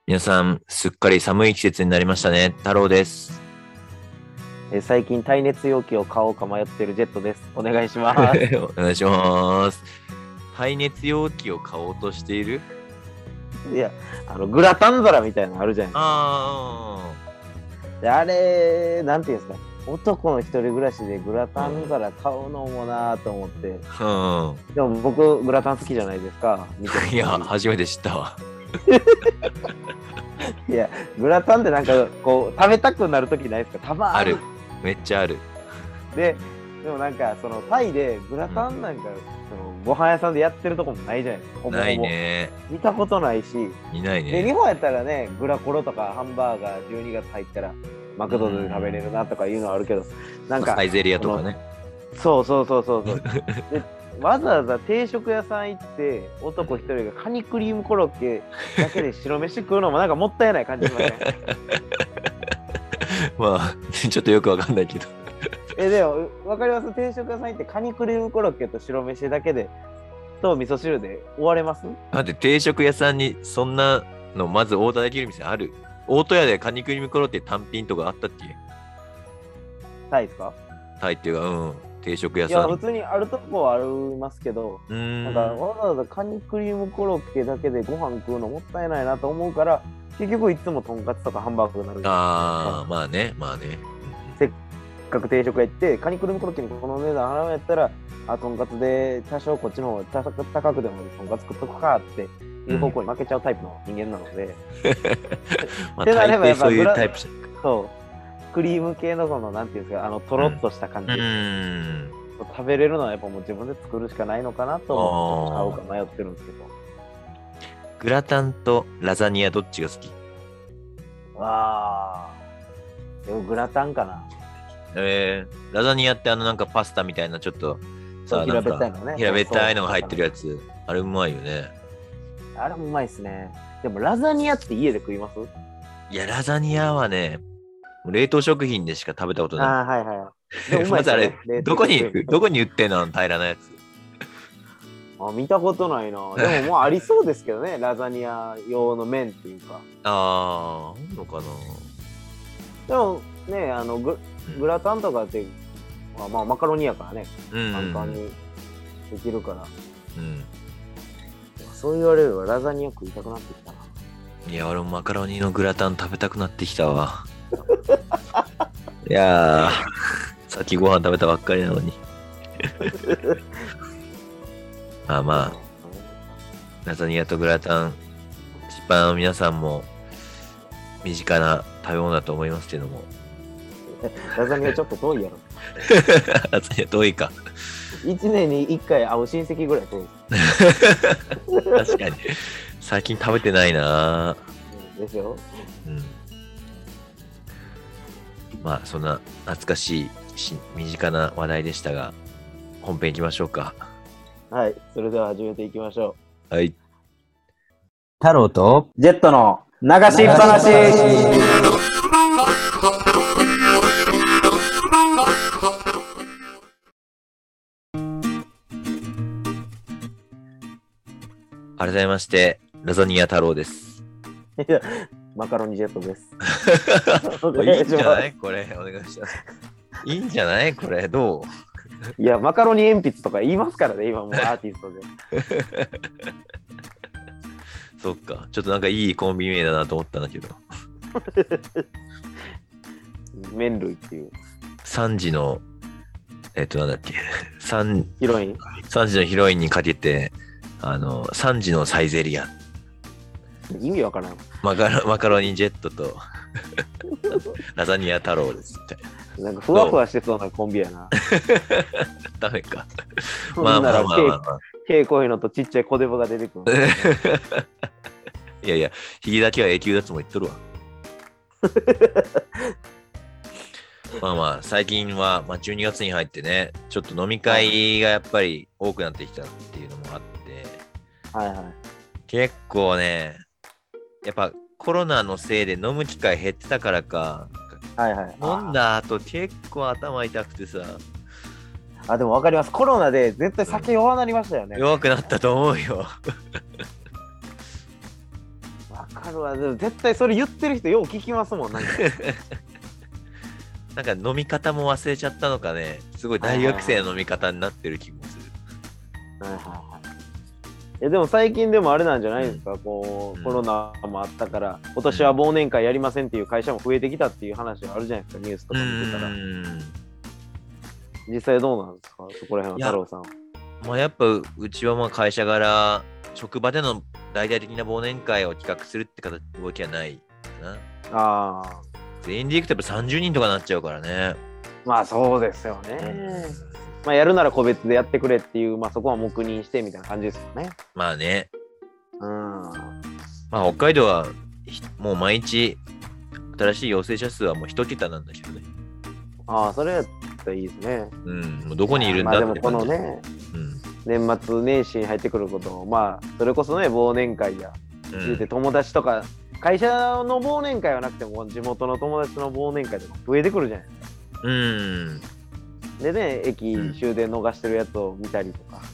皆さん、すっかり寒い季節になりましたね。太郎です。 最近耐熱容器を買おうか迷ってるジェットです。お願いします。 お願いします。耐熱容器を買おうとしている？ いや、グラタン皿みたいなのあるじゃないですか。 あであれ、なんていうんですか、男の一人暮らしでグラタン皿買うのもなと思って。 あ、 でも僕、グラタン好きじゃないですか。 いや、初めて知ったわ。 いや、グラタンってなんかこう、食べたくなるときないですか、たまある。めっちゃある。 でもなんか、そのタイでグラタンなんか、そのご飯屋さんでやってるとこもないじゃないですか。ほぼほぼないね。 見たことないし。 いないで、日ね。 本やったらね、グラコロとかハンバーガー12月入ったらマクドナルドで食べれるなとかいうのはあるけど、なんかサイゼリアとかね。 そうで、わざわざ定食屋さん行って男一人がカニクリームコロッケだけで白飯食うのもなんかもったいない感じしません？ まあ、ちょっとよくわかんないけど。 でも分かります？定食屋さん行ってカニクリームコロッケと白飯だけでと味噌汁で終われます？ だって定食屋さんにそんなのまずオーダーできる店ある？大戸屋でカニクリームコロッケ単品とかあったっけ？ タイですか？ タイっていうか、定食屋いや、 さん。 普通にあるとこはありますけど、なんかわざわざカニクリームコロッケだけでご飯食うのもったいないなと思うから、結局いつもとんかつとかハンバーグになるんですよ。 ああ、まあね。 せっかく定食屋行って、カニクリームコロッケにこの値段払うんやったら、とんかつで多少こっちの方が高くでもとんかつ食っとくかっていう方向に負けちゃうタイプの人間なので。 まあ、大抵そういうタイプじゃん。 そう。クリーム系のその、なんていうんですか、とろっとした感じ。食べれるのはやっぱもう自分で作るしかないのかなと思って買うか迷ってるんですけど。 グラタンとラザニアどっちが好き？ でもグラタンかな。 ラザニアってなんかパスタみたいなちょっとさ、 平べったいのね。 平べったいのが入ってるやつ。あれうまいよね。 あれもうまいっすね。でもラザニアって家で食います？ いや、ラザニアはね、冷凍食品でしか食べたことない。 はいはい。でもうまいっすまずあね。 れ、どこに売ってんの平らなやつ。 見たことないな。でももうありそうですけどね。ラザニア用の麺っていうか。 あんのかな。 でもね、グラタンとかってまあマカロニやからね、簡単にできるから、そう言われればラザニア食いたくなってきたな。 いや、俺もマカロニのグラタン食べたくなってきたわ。いやー、さっきご飯食べたばっかりなのに。まあ、ラザニアとグラタン、一般の皆さんも身近な食べ物だと思いますけども。 ラザニアちょっと遠いやろ。 ラザニア遠いか。 1年に1回会う親戚ぐらい遠い。 確かに。最近食べてないな。 でしょ？ まあ、そんな懐かしい身近な話題でしたが、本編行きましょうか。 はい、それでは始めていきましょう。はい。 太郎とジェットの流しっぱなし。 改めまして、ラザニア太郎です。 いや、マカロニジェットです。 いいんじゃないこれ、お願いします。いいんじゃないこれ、どう？いや、マカロニ鉛筆とか言いますからね、今もうアーティストで。 そっか、ちょっとなんかいいコンビ名だなと思ったんだけど。 麺類っていう。 3時の、なんだっけ、 ヒロイン 3時のヒロインにかけて、3時のサイゼリア。 意味わからん。 マカロニジェットとラザニア太郎ですみたいな。なんかふわふわしてそうなコンビやな。 ダメか。 まあ。稽古のとちっちゃい小デブが出てくる。 いやいや、ひげだけは永久脱毛言っとるわ。最近は、12月に入ってね、ちょっと飲み会がやっぱり多くなってきたっていうのもあって、結構ね、やっぱコロナのせいで飲む機会減ってたからか、飲んだ後結構頭痛くてさ。 でも分かります。コロナで絶対酒弱なりましたよね。 弱くなったと思うよ。 分かかるわ。でも絶対それ言ってる人よう聞きますもん、なんか。 なんか飲み方も忘れちゃったのかね、すごい大学生の飲み方になってる気もする。 はいはいはい。でも最近でもあれなんじゃないですか、こう、コロナもあったから、今年は忘年会やりませんっていう会社も増えてきたっていう話があるじゃないですか、ニュースとか見てたら。実際どうなんですか、そこら辺は太郎さん。 まあやっぱうちはまあ会社柄、職場での大々的な忘年会を企画するって動きはないかな。 ああ。 全員で行くとやっぱ30人とかなっちゃうからね。 まあそうですよね。まあやるなら個別でやってくれっていう、まあそこは黙認してみたいな感じですよね。 まあね。 うん。 まあ北海道はもう毎日新しい陽性者数はもう1桁なんだけどね。 ああ、それやったらいいですね。 うん、もうどこにいるんだって感じ。 まあでもこのね、年末年始に入ってくることを、まあそれこそね、忘年会や、言うて友達とか、会社の忘年会はなくても地元の友達の忘年会とか増えてくるじゃないですか。でね、駅終電逃してるやつを見たりとか。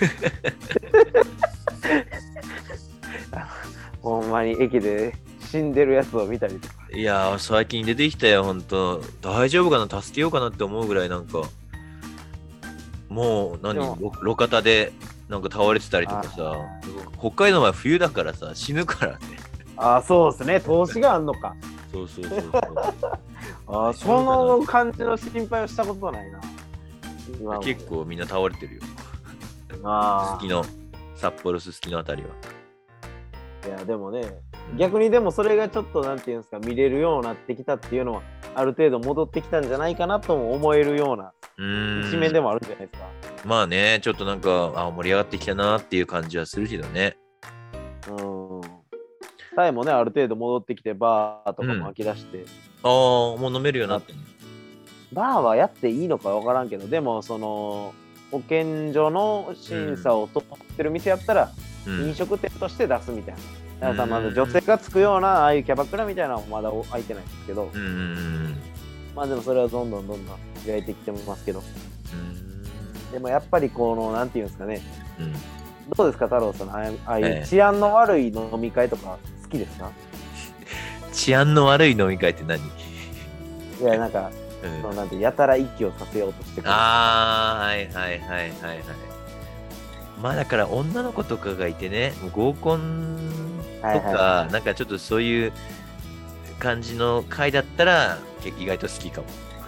ほんまに駅で死んでるやつを見たりとか。 いやー、最近出てきたよ、ほんと。大丈夫かな、助けようかなって思うぐらいなんか、もう路肩でなんか倒れてたりとかさ、北海道は冬だからさ、死ぬからね。 ああ、そうですね。投資があんのか。 そうそう。 ああ、その感じの心配をしたことないな。 結構みんな倒れてるよ。 ああ。 すすきの、札幌すすきのあたりは。 いや、でもね、逆にでもそれがちょっとなんていうんですか、見れるようになってきたっていうのは、ある程度戻ってきたんじゃないかなとも思えるような一面でもあるんじゃないですか。 まあね、ちょっとなんか、盛り上がってきたなっていう感じはするけどね。 タイもね、ある程度戻ってきて、バーとかも開き出して。 ああ、もう飲めるようになってる。 バーはやっていいのか分からんけど、でも、その、保健所の審査を通ってる店やったら、飲食店として出すみたいな。だからまだ女性がつくような、ああいうキャバクラみたいなのはまだ開いてないんですけど、まあでもそれはどんどん開いてきてますけど。でもやっぱりこの、なんていうんですかね、どうですか、太郎さん、ああいう治安の悪い飲み会とか好きですか？ 治安の悪い飲み会って何？いや、なんか、なんてやたら息をさせようとしてくる。 ああ、はい。まあだから女の子とかがいてね、合コンとか、なんかちょっとそういう感じの会だったら、意外と好きかも。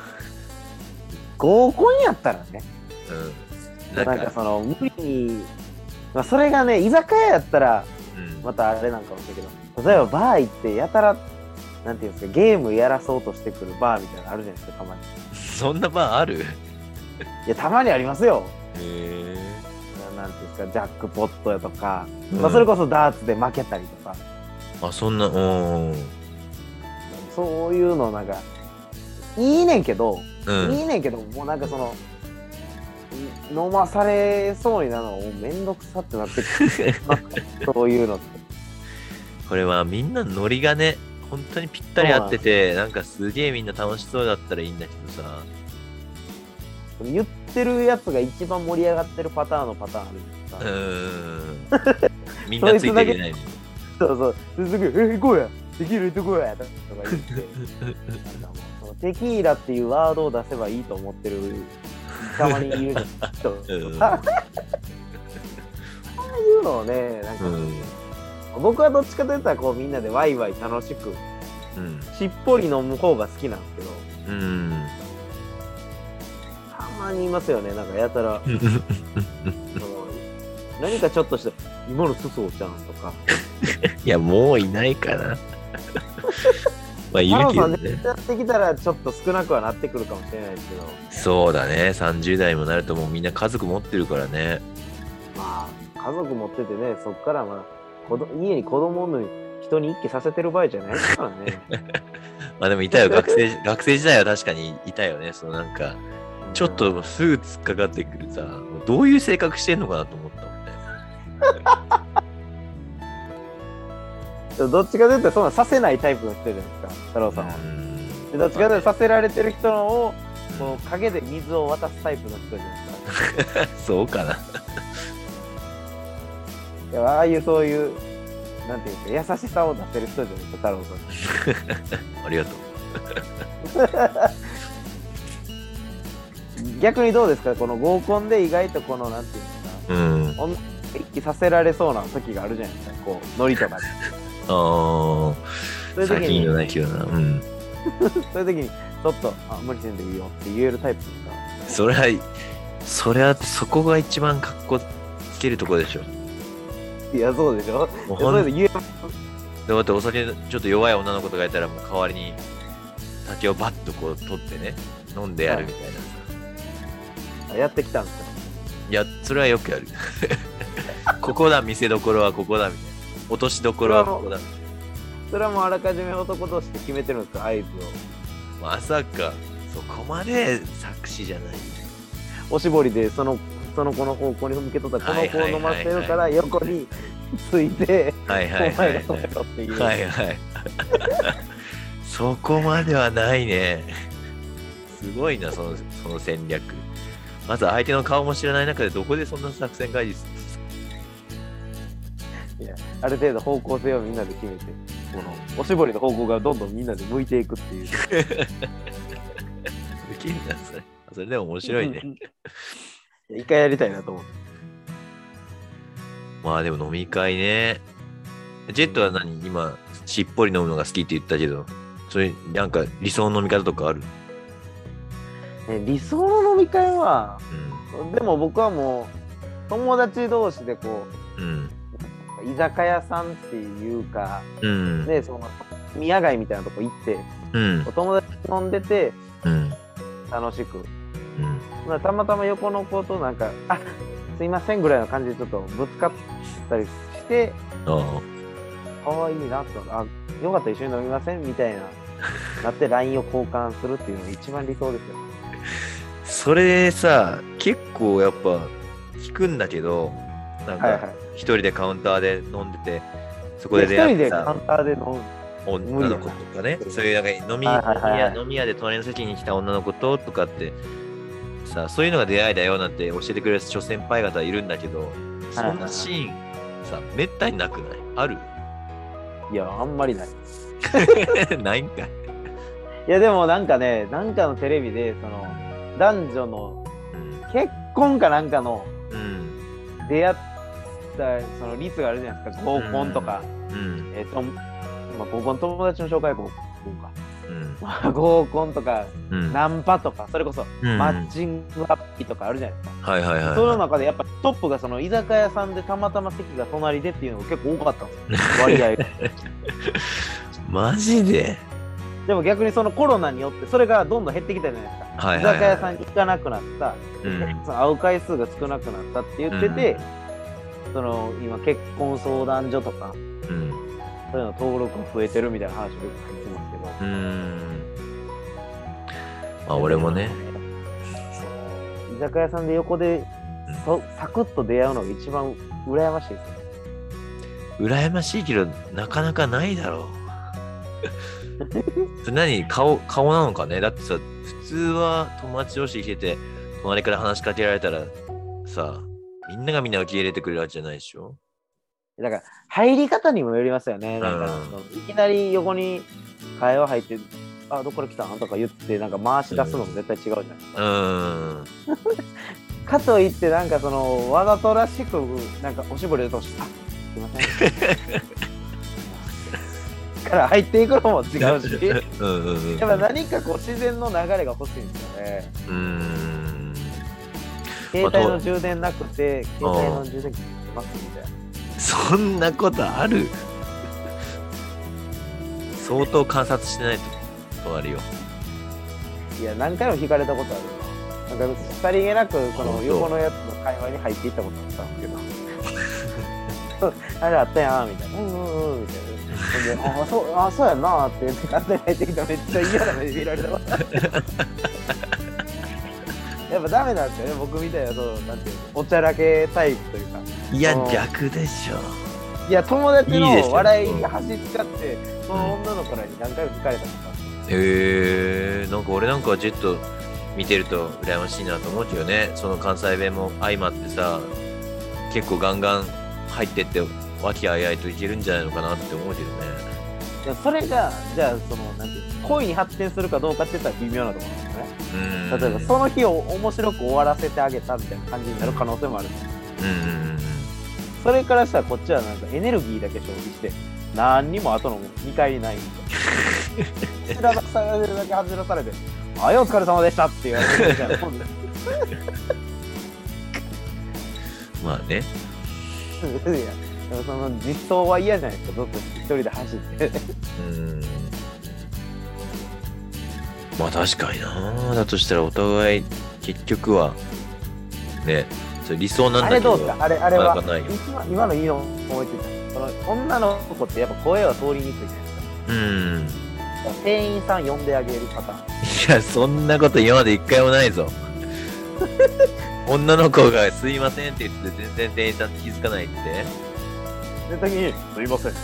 合コンやったらね。なんかその無理に、まあそれがね、居酒屋やったら、またあれなんかもしれないけど、例えばバー行ってやたら、なんていうんですか、ゲームやらそうとしてくるバーみたいなのあるじゃないですか、たまに。 そんなバーある？ いや、たまにありますよ。 へえ。 なんていうんですか、ジャックポットやとか、まあそれこそダーツで負けたりとか。 あ、そんな、 そういうのなんか、いいねんけど、もうなんかその、飲まされそうになるのがもうめんどくさってなってくる。そういうのって。 これはみんなノリがね、本当にぴったり合ってて、なんかすげえみんな楽しそうだったらいいんだけどさ。 言ってるやつが一番盛り上がってるパターンあるんですか？ みんなついていけないのに。 そう。すぐ、行こうや、できる行こうやとか言って。なんかもうテキーラっていうワードを出せばいいと思ってる、たまにいる人。ああいうのをね、なんか、僕はどっちかといったらこうみんなでワイワイ楽しく、しっぽり飲む方が好きなんですけど、たまにいますよね、なんかやたら何かちょっとした今の粗相ちゃんとかいやもういないかなまあいるけどね。 やってきたらちょっと少なくはなってくるかもしれないですけど。 そうだね、30代もなるともうみんな家族持ってるからね。 まあ家族持っててね、そっからまあ家に子供の人に一気させてる場合じゃないですからねまあでもいたよ、学生時代は確かにいたよね。そのなんかちょっとすぐ突っかかってくるさ、どういう性格してんのかなと思ったもんねどっちかというとそんなさせないタイプの人じゃないですか、太郎さんは。どっちかというとさせられてる人のをこう陰で水を渡すタイプの人じゃないですかそうかな。 いや、ああいうそういうなんていうか優しさを出せる人じゃないですか、太郎さん。ありがとう。 逆にどうですか、この合コンで意外とこのなんていうんですか、女一気させられそうな時があるじゃないですか、こうノリとかで。 そういう時に言わないけどな。 そういう時にちょっと無理せんでいいよって言えるタイプですか。 それはそこが一番かっこつけるとこでしょ。 いやそうでしょ。それで言えます。 だってお酒ちょっと弱い女の子とかいたらもう代わりに酒をバッとこう取ってね飲んでやるみたいなさ、やってきたんですよ。 いやそれはよくやる。ここだ見せどころはここだみたいな、落としどころはここだ。 それはもうあらかじめ男として決めてるんですか、合図を。 まさかそこまで作詞じゃない。 おしぼりでその子の方向に向けとったらこの子を飲ませるから横についてお前が止めろっていう。 はいはいそこまではないね。すごいなその戦略。まず相手の顔も知らない中でどこでそんな作戦会議するんですか。 いやある程度方向性をみんなで決めて、このおしぼりの方向がどんどんみんなで向いていくっていう。 ウケるなそれ。それでも面白いね。 一回やりたいなと思って。 まあでも飲み会ね。ジェットは今しっぽり飲むのが好きって言ったけど、それなんか理想の飲み方とかある？ 理想の飲み会は、でも僕はもう友達同士でこう、居酒屋さんっていうか、でその宮街みたいなとこ行って、お友達飲んでて、楽しく、たまたま横の子となんかすいませんぐらいの感じでちょっとぶつかったりして、かわいいなとよかったら一緒に飲みませんみたいなって LINE を交換するっていうのが一番理想ですよ。 それさ結構やっぱ聞くんだけど、なんか一人でカウンターで飲んでてそこで出会ってさ、一人でカウンターで飲む女の子とかね、そういうなんか飲み屋で隣の席に来た女の子とかってさ、そういうのが出会いだよなんて教えてくれる諸先輩方いるんだけど、そんなシーンさめったになくない？ある？ いやあんまりない。 ないんかい。 いやでもなんかね、なんかのテレビでその男女の結婚かなんかの出会ったその率があるじゃないですか、合コンとか、合コン友達の紹介合コンか、合コンとか、ナンパとか、それこそマッチングアプリとかあるじゃないですか。その中でやっぱトップがその居酒屋さんでたまたま席が隣でっていうのが結構多かったんですよ、割合が。 マジで？ でも逆にそのコロナによってそれがどんどん減ってきたじゃないですか。居酒屋さんに行かなくなった、その会う回数が少なくなったって言ってて、その今結婚相談所とか、そういうの登録が増えてるみたいな話をよく聞いてますけど。 まあ俺もね、 居酒屋さんで横でサクッと出会うのが一番羨ましいですね。 羨ましいけどなかなかないだろう。何顔なのかね。だってさ、普通は友達同士来てて隣から話しかけられたらさ、みんながみんな受け入れてくれるわけじゃないでしょ。 だから入り方にもよりますよね。なんか、いきなり横に会話入ってどこから来たんとか言ってなんか回し出すのも絶対違うじゃないですか。かといってなんかそのわざとらしくなんかおしぼりで通してすいませんから入っていくのも違うし、やっぱ何かこう自然の流れが欲しいんですよね。携帯の充電なくて、携帯の充電器ますみたいな。 そんなことある？相当観察してないと隣を。 いや何回も聞かれたことあるの。なんかさりげなくその横のやつの会話に入っていったことあったんですけどあれあったやんみたいな、みたいな。でそうやんなって言って勝手に入ってきたらめっちゃ嫌な目で見られたわ。やっぱダメなんですよね、僕みたいなそうなんていうおちゃらけタイプというか。 いや逆でしょ。 いや友達の笑いが走っちゃってその女の子らに何回も聞かれたんです。 なんか俺なんかジェット見てると羨ましいなと思うけどね。その関西弁も相まってさ、結構ガンガン入ってって和気あいあいといけるんじゃないのかなって思うけどね。 それが、じゃあ、なんていう恋に発展するかどうかって言ったら微妙なところなんですよね。例えば、その日を面白く終わらせてあげたみたいな感じになる可能性もあるんですよ。それからしたら、こっちはなんかエネルギーだけ消費して、何にも後の見返りないみたいな。調べされるだけ外らされて、はい、お疲れ様でしたって言われるみたいなもんです。 まあね。いや、でもその実装は嫌じゃないですか、ずっと一人で走って。 まあ確かにな。だとしたらお互い結局はね、それ理想なんだけど。 あれどうですか？あれは今のいいの思いついた。その女の子ってやっぱ声は通りにくいじゃないですか。店員さん呼んであげるパターン。 いや、そんなこと今まで一回もないぞ。女の子がすいませんって言って全然店員さん気づかないって。 その時にすいません。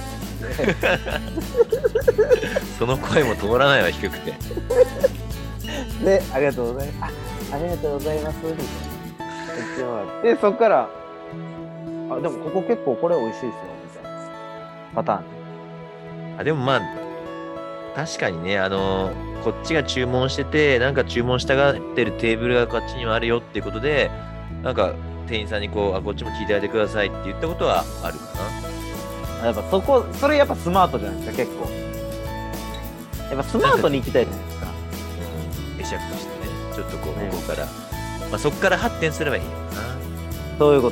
その声も通らないわ、低くて。 で、ありがとうございます。ありがとうございます。みたいな。で、そっから、でもここ結構これ美味しいですよ。みたいなパターン。 でもまあ、確かにね、こっちが注文してて、なんか注文したがってるテーブルがこっちにもあるよっていうことで、なんか店員さんにこっちも聞いてあげてくださいって言ったことはあるかな。やっぱそれやっぱスマートじゃないですか、結構。やっぱスマートに行きたいじゃないですか。 会釈してね、ちょっとここから、まあ、そこから発展すればいいよな。 そういうこと。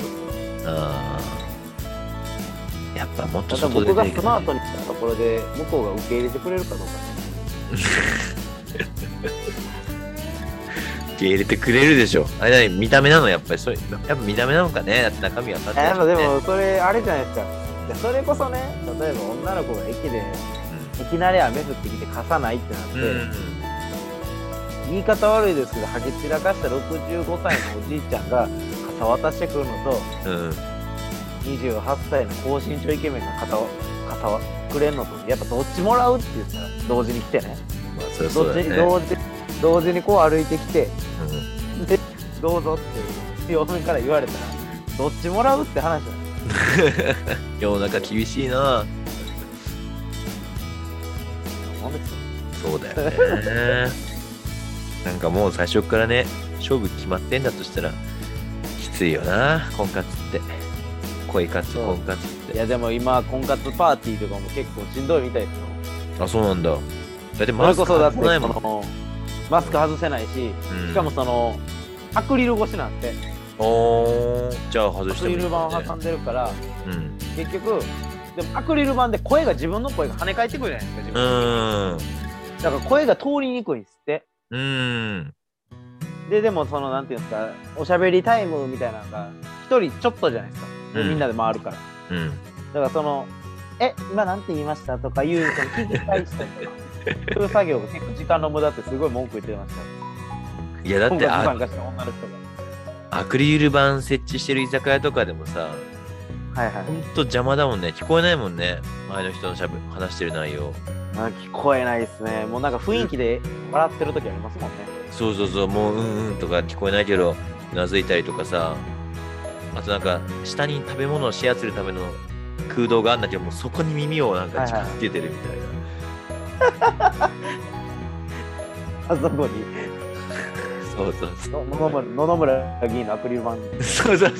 やっぱもっと外で僕がスマートにしたところで向こうが受け入れてくれるかどうか。 受け入れてくれるでしょ。あれだ、見た目なのやっぱりやっぱ見た目なのかね。中身は立ってない、ね。でもそれあれじゃないですか。それこそね、例えば女の子が駅で、いきなり雨降ってきて傘ないってなって、言い方悪いですけど、はげ散らかした65歳のおじいちゃんが傘渡してくるのと、28歳の高身長イケメンが傘をくれんのと、やっぱどっちもらうって言ったら同時に来てね。 まあ、それそうだね。 同時にこう歩いてきて、でどうぞって両面から言われたらどっちもらうって話じゃない。 世の中厳しいな。そうだよね。なんかもう最初からね、勝負決まってんだとしたらきついよな、婚活って。恋活、婚活って。 いやでも今婚活パーティーとかも結構しんどいみたいですよ。 あ、そうなんだ。だってマスク外せないもん。マスク外せないし、しかもそのアクリル越しなんて。 じゃあ外してもいい、ね、 アクリル板を挟んでるから、結局でもアクリル板で自分の声が跳ね返ってくるじゃないですか、自分だから声が通りにくいんですって。でもそのなんていうんですか、おしゃべりタイムみたいなのが一人ちょっとじゃないですか、みんなで回るから、だからその今なんて言いましたとかいうその聞き返したりとかそういう作業が結構時間の無駄ってすごい文句言ってました。 いやだって参加した女の人がアクリル板設置してる居酒屋とかでもさ、ほんと邪魔だもんね。聞こえないもんね、前の人の話してる内容。 聞こえないですね。もうなんか雰囲気で笑ってる時ありますもんね。 そう、もううんとか聞こえないけどうなずいたりとかさ、あとなんか下に食べ物をシェアするための空洞があんだけど、もうそこに耳をなんか近づけてるみたいな、 あそこにそう野々村議員のアクリル板そう聞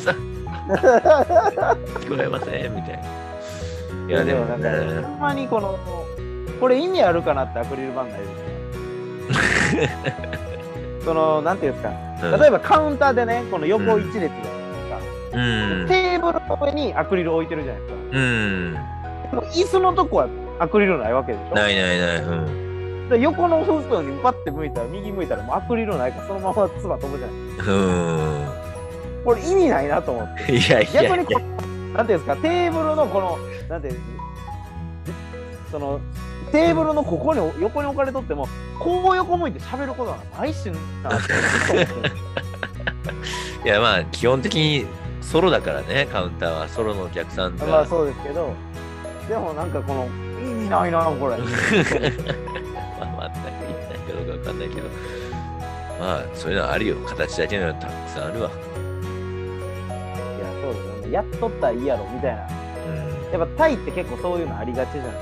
こえませんみたいな。いやでもなんかほんまにこれ意味あるかなってアクリル板ないですね。そのなんていうんですか、例えばカウンターでね、この横一列じゃないですか、テーブルの上にアクリル置いてるじゃないですか。でも椅子のとこはアクリルないわけでしょ。ない。で横の風船にパッて右向いたらもうアクリルないからそのまま唾飛ぶじゃないですか。これ意味ないなと思って。逆になんていうんですか、テーブルのこのなんてそのテーブルのここに横に置かれとってもこう横向いて喋ることはないしなって思って。 いやまあ基本的にソロだからね、カウンターはソロのお客さんが。 まあそうですけど、でもなんかこの意味ないなこれ。 まあ全く意味ないかどうかわかんないけど、まあそういうのはあるよ。形だけのたくさんあるわ。 いやそうですよね。やっとったらいいやろみたいな。 やっぱタイって結構そういうのありがちじゃない。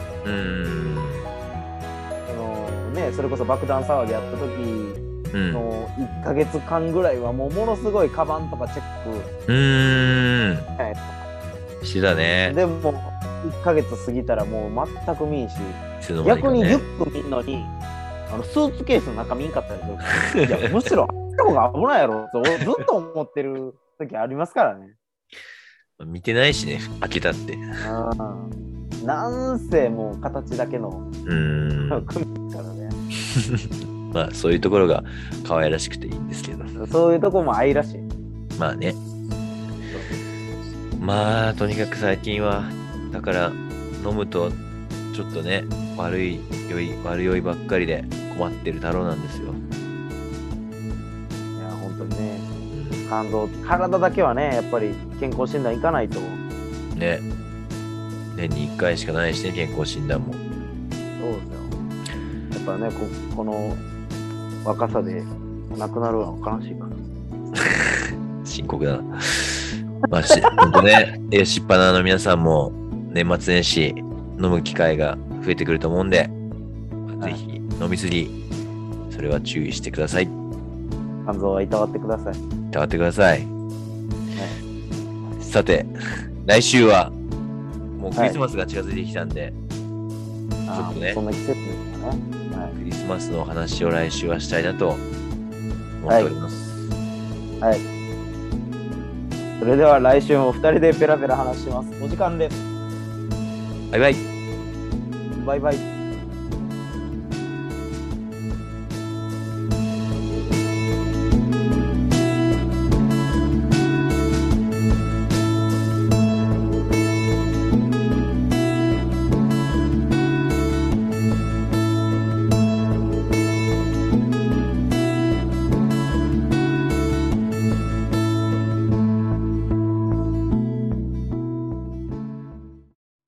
それこそ爆弾騒ぎやった時の1ヶ月間ぐらいはものすごいカバンとかチェックしてたね。 でも1ヶ月過ぎたらもう全く見んし、逆にリュック見んのにスーツケースの中見んかったりする。いやむしろあった方が危ないやろとずっと思ってる時ありますからね。 見てないしね、開けたって。 なんせもう形だけの組からね。 まあそういうところが可愛らしくていいんですけど。 そういうところも愛らしい。 まあね。まあとにかく最近はだから飲むとちょっとね悪酔いばっかりで困ってる太郎なんですよ。 いや本当にね、体だけはねやっぱり健康診断行かないとね。年に1回しかないしね、健康診断も。 そうですよ。やっぱねこの若さで亡くなるのは悲しいから。 深刻だな。まあ本当ね、しっぱなの皆さんも年末年始飲む機会が増えてくると思うんで、ぜひ飲みすぎ、それは注意してください。 肝臓はいたわってください。 いたわってください。さて、来週はもうクリスマスが近づいてきたんで、ちょっとね、 そんな季節ですかね。 クリスマスのお話を来週はしたいなと思っております。 はい。それでは来週も2人でペラペラ話します。お時間です。 バイバイ。 バイバイ。